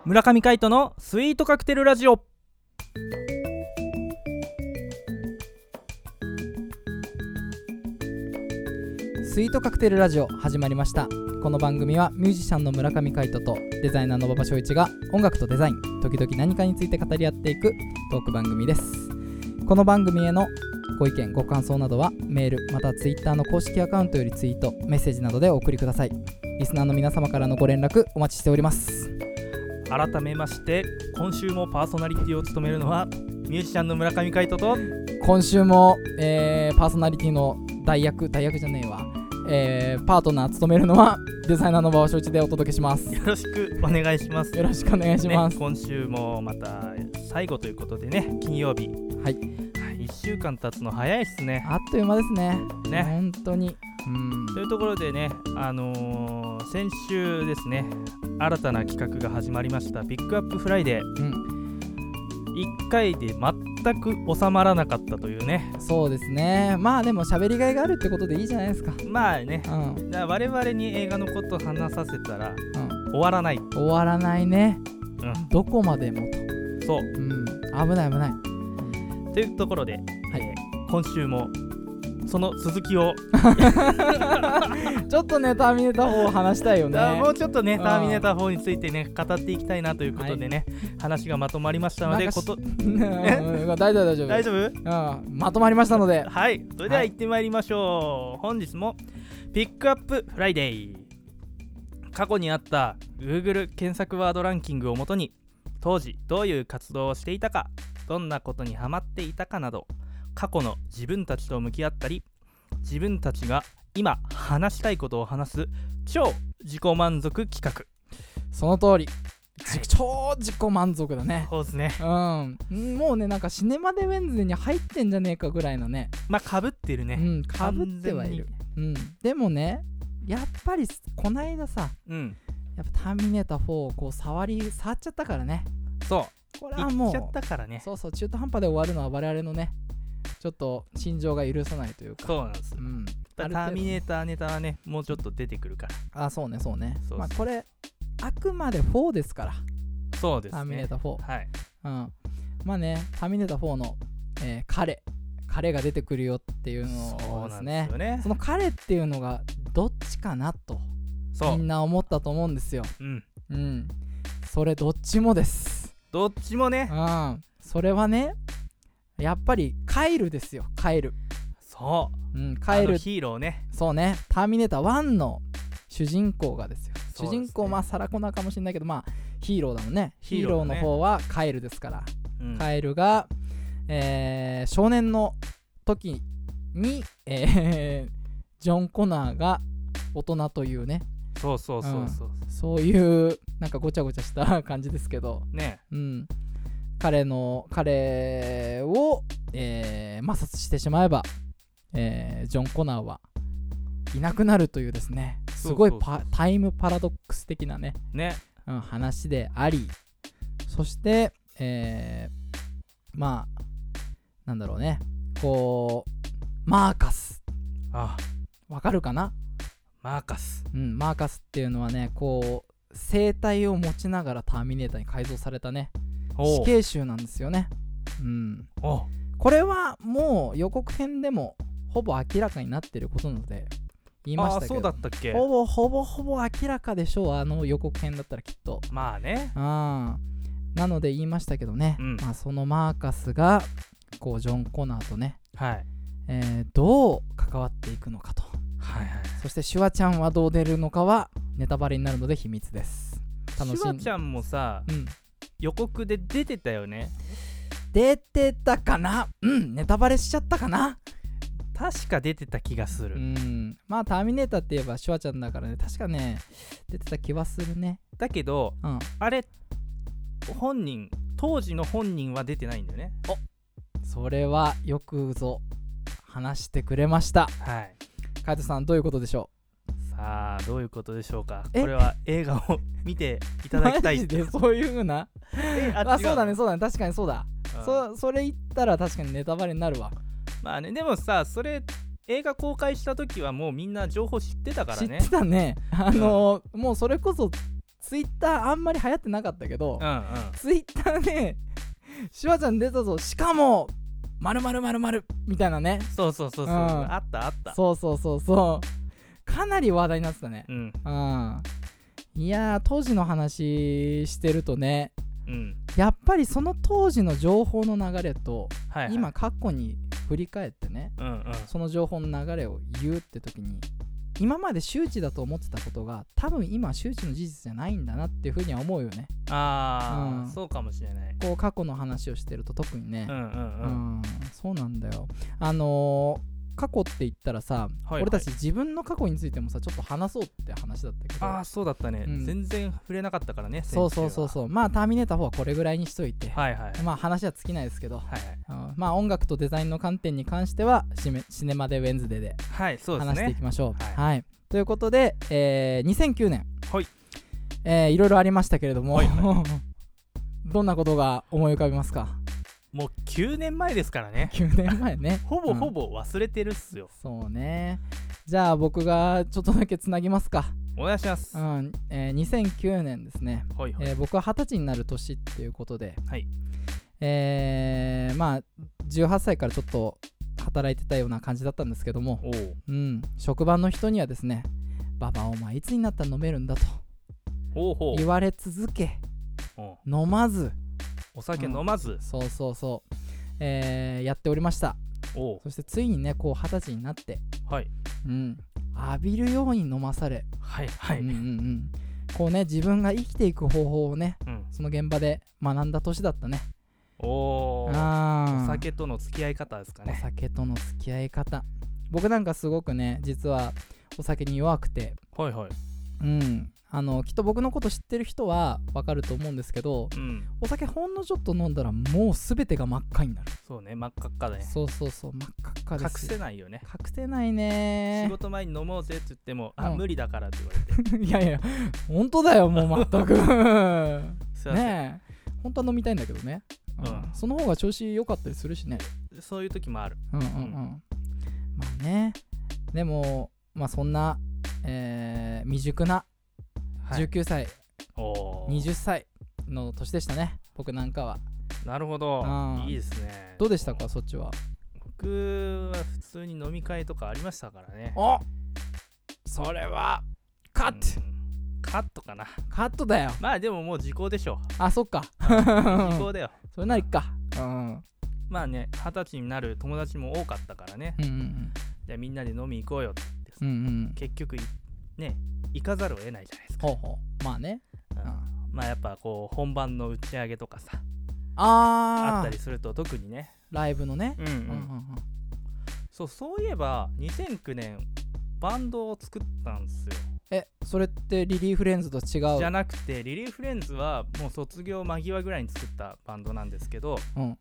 村上海人のスイートカクテルラジオ。 スイートカクテルラジオ始まりました。この番組はミュージシャンの村上海人とデザイナーの馬場翔一が音楽とデザイン、時々何かについて語り合っていくトーク番組です。この番組へのご意見ご感想などはメールまたツイッターの公式アカウントよりツイートメッセージなどでお送りください。リスナーの皆様からのご連絡お待ちしております。 改めまして今週もパーソナリティを務めるのはミュージシャンの村上海人と、 今週も、パーソナリティの代役じゃねえわ、パートナー務めるのはデザイナーの馬場翔一でお届けします。 よろしくお願いします。 よろしくお願いします、 今週もまた最後ということでね、金曜日、 はい、 1週間経つの早いっすね。 あっという間ですね。本当に。 というところでね、先週ですね、新たな企画が始まりましたピックアップフライデー、1回で全く収まらなかったというね。 そうですね。まあでも喋りがいがあるってことでいいじゃないですか。 まあね、だから我々に映画のことを話させたら、終わらないね、どこまでもと。そう、危ないというところで、今週もその続きをちょっとねターミネーター4を話したいよね。 もうちょっとねターミネーター4についてね語っていきたいなということでね、話がまとまりましたので大丈夫、まとまりましたので、 はい、それでは行ってまいりましょう。本日もピックアップフライデー。過去にあった Google 検索ワードランキングをもとに当時どういう活動をしていたか、どんなことにハマっていたかなど、過去の自分たちと向き合ったり、自分たちが今話したいことを話す超自己満足企画。 その通り、超自己満足だね。 そうですね。 もうね、なんかシネマデウェンズデーに入ってんじゃねえかぐらいのね。 まあかぶってるね。 かぶってはいる。でもね、やっぱりこないださ、やっぱターミネーター4をこう触っちゃったからね。 そう。 これはもう言っちゃったからね。 そう中途半端で終わるのは我々のね、ちょっと心情が許さないというか。 そうなんです。ターミネーターネタはね、もうちょっと出てくるから。 そうね。まあこれあくまで4ですから。 そうですね。 ターミネーター4。 はい。 まあね、ターミネーター4の、彼が出てくるよっていうのをですね。 そうなんですよね。 その彼っていうのがどっちかなとみんな思ったと思うんですよ。それどっちもです。 どっちもね。 それはね、やっぱりカイルですよ。カイル。 そう。 カイルヒーローね。 そうね。ターミネーター1の主人公がですよ。主人公、まあサラコナかもしれないけど、まあヒーローだもんね。ヒーローの方はカイルですから。カイルが、少年の時に、ジョン・コナーが大人というね。そういうなんかごちゃごちゃした感じですけどね。 彼を、摩擦してしまえば、ジョン・コナーはいなくなるというですね、すごいタイムパラドックス的なね、話であり、そして、まあなんだろうね、こうマーカス、わかるかな？マーカスっていうのはね、こう生体を持ちながらターミネーターに改造されたね死刑囚なんですよね。これはもう予告編でもほぼ明らかになってることなので言いましたけど。 そうだったっけ？ ほぼ明らかでしょう、予告編だったらきっと。 まあね。 なので言いましたけどね、そのマーカスがこうジョン・コナーとね、どう関わっていくのかと。そしてシュワちゃんはどう出るのかはネタバレになるので秘密です。 シュワちゃんもさ、予告で出てたよね。 出てたかな？ネタバレしちゃったかな？ 確か出てた気がする。 まあターミネーターって言えばシュワちゃんだからね、確かね出てた気はするね。 だけど、あれ当時の本人は出てないんだよね。 それはよくぞ話してくれました。カイトさん、どういうことでしょう？さあどういうことでしょうか。これは映画を見ていただきたい。 マジでそういう風なそうだね確かにそうだ。それ言ったら確かにネタバレになるわ。 まあね、でもさ、それ映画公開した時はもうみんな情報知ってたからね。 知ってたね。もうそれこそツイッターあんまり流行ってなかったけど、 うんうん、 ツイッターでシュワちゃん出たぞ、しかも〇〇〇〇みたいなね。 そうそうそうそう、あったあった。 そうそうそうそう、かなり話題になってたね。うん、いやー、当時の話してるとね、やっぱりその当時の情報の流れと、はいはい、今過去に振り返ってね、その情報の流れを言うって時に、今まで周知だと思ってたことが多分今周知の事実じゃないんだなっていうふうには思うよね。 そうかもしれない。 こう過去の話をしてると特にね、そうなんだよ。過去って言ったらさ、はいはい、俺たち自分の過去についてもさちょっと話そうって話だったけど、 そうだったね、全然触れなかったからね。 そうまあターミネーター4はこれぐらいにしといて、はいはい、まあ話は尽きないですけど、はいはい、まあ音楽とデザインの観点に関してはシネマデウェンズデーで話していきましょう。はい、ということで、2009年、はい、いろいろありましたけれども、はいはい、どんなことが思い浮かびますか？ もう9年前ですからね。 9年前ねほぼ忘れてるっすよ。 そうね。じゃあ僕がちょっとだけつなぎますか。 お願いします。 2009年ですね、はいはい、僕は20歳になる年っていうことで、はい、まあ18歳からちょっと働いてたような感じだったんですけども、職場の人にはですね、ババお前いつになったら飲めるんだと言われ続け、飲まずお酒飲まず、 やっておりました。そしてついにね、こう20歳になって、はい、浴びるように飲まされ、はいはい、こうね、自分が生きていく方法をね、その現場で学んだ年だったね。 お酒との付き合い方ですかね。 お酒との付き合い方、僕なんかすごくね、実はお酒に弱くて、はいはい、きっと僕のこと知ってる人は分かると思うんですけど、お酒ほんのちょっと飲んだらもう全てが真っ赤になる。 そうね、真っ赤っかだね。 そう真っ赤っかです。 隠せないよね。 隠せないね。 仕事前に飲もうぜって言っても、無理だからって言われていやいや、本当だよ、もう全くねえ、本当は飲みたいんだけどね、その方が調子良かったりするしね。 そういう時もある。 まあね、でもまあそんな、未熟な19歳、20歳の年でしたね、僕なんかは。 なるほど、いいですね。 どうでしたか、そっちは？ 僕は普通に飲み会とかありましたからね。 それはカット、 カットかな。 カットだよ。 まあでももう時効でしょ。 そっか時効だよ。 それなりか。 まあね、20歳になる友達も多かったからね、じゃあみんなで飲み行こうよって、結局ね、行かざるを得ないじゃないですか。 まあね、 まあやっぱこう本番の打ち上げとかさ、あったりすると特にね、 ライブのね、 そういえば2009年バンドを作ったんですよ。 それってリリー・フレンズと違う？ じゃなくて、リリー・フレンズはもう卒業間際ぐらいに作ったバンドなんですけど、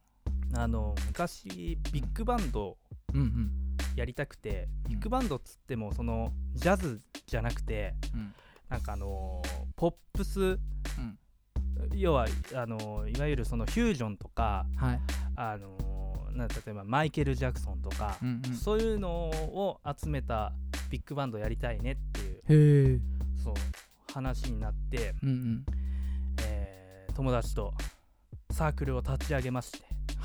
昔ビッグバンドやりたくて、ビッグバンドっつってもそのジャズじゃなくて、なんかポップス、要はいわゆるそのフュージョンとか、例えばマイケル・ジャクソンとか、そういうのを集めたビッグバンドやりたいねっていうそう話になって、友達とサークルを立ち上げまして、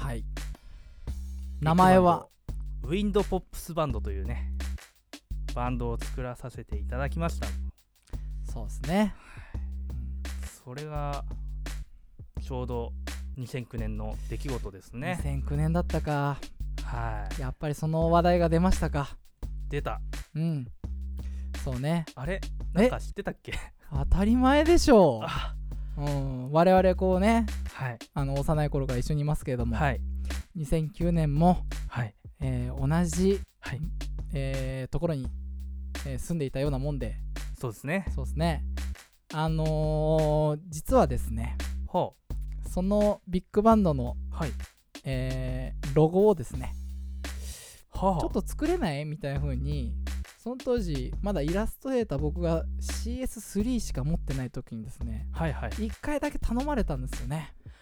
名前はウィンドポップスバンドというねバンドを作らさせていただきました。 そうですね、 それがちょうど2009年の出来事ですね。 2009年だったか。やっぱりその話題が出ましたか。 出た。 そうね。 あれ、なんか知ってたっけ？ 当たり前でしょう。我々こうね、幼い頃から一緒にいますけれども、2009年も、同じ、ところに、住んでいたようなもんで。 そうですね。 実はですね、そのビッグバンドの、ロゴをですね、ちょっと作れないみたいな風に、その当時まだイラストレーター僕が CS3 しか持ってない時にですね、1回だけ頼まれたんですよね。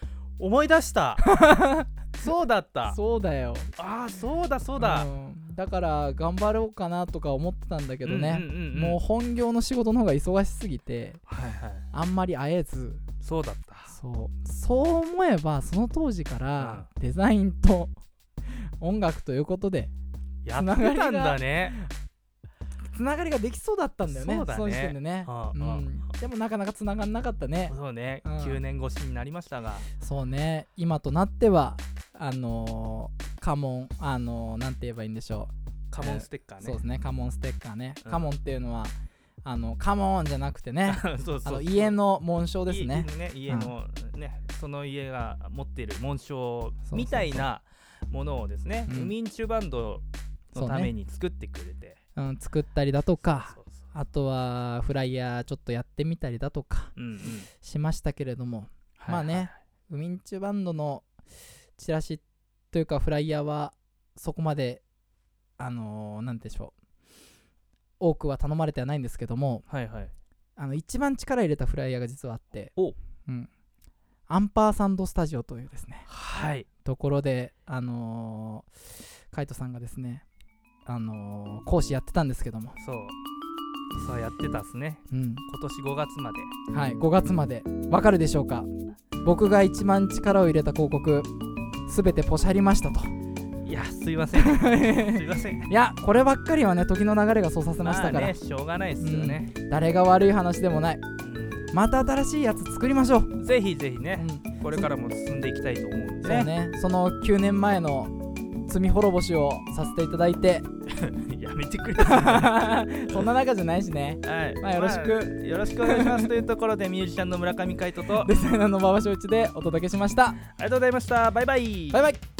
思い出したそうだったそうだよ。 ああそうだそうだ、 だから頑張ろうかなとか思ってたんだけどね、もうう本業の仕事の方が忙しすぎて、 はいはい、 あんまり会えず。 そうだった。 そう思えばその当時からデザインと音楽ということでやってたんだね。 つながりができそうだったんだよね。 そうだね、 その時点でね、でもなかなかつながんなかったね。 そうね、9年越しになりましたが、 そうね、今となってはカモンなんて言えばいいんでしょう、 カモンステッカーね、 そうですね、カモンステッカーね、カモンっていうのはカモンじゃなくてねそう家の紋章ですね。 家のね、その家が持っている紋章みたいなものをですね、ウミンチュバンドのために作ってくれて、 作ったりだとか、あとはフライヤーちょっとやってみたりだとかしましたけれども、まあね、ウミンチュバンドのチラシというかフライヤーはそこまでなんでしょう、多くは頼まれてはないんですけども、一番力入れたフライヤーが実はあって、アンパーサンドスタジオというですね、ところでカイトさんがですね講師やってたんですけども、そうやってたっすね、今年5月まで、はい、5月まで。わかるでしょうか、僕が一番力を入れた広告すべてポシャりましたと。 いやすいませんすいません、 いやこればっかりはね時の流れがそうさせましたから、 ね、しょうがないっすよね、 誰が悪い話でもない、また新しいやつ作りましょう。 ぜひぜひね、これからも進んでいきたいと思うんでね。 そうね、その9年前の罪滅ぼしをさせていただいてやめてくれそんな中じゃないしね、まあ、よろしくお願いしますというところでミュージシャンの村上海人とデザイナーの馬場翔一でお届けしました。ありがとうございました。バイバイ。 バイバイ。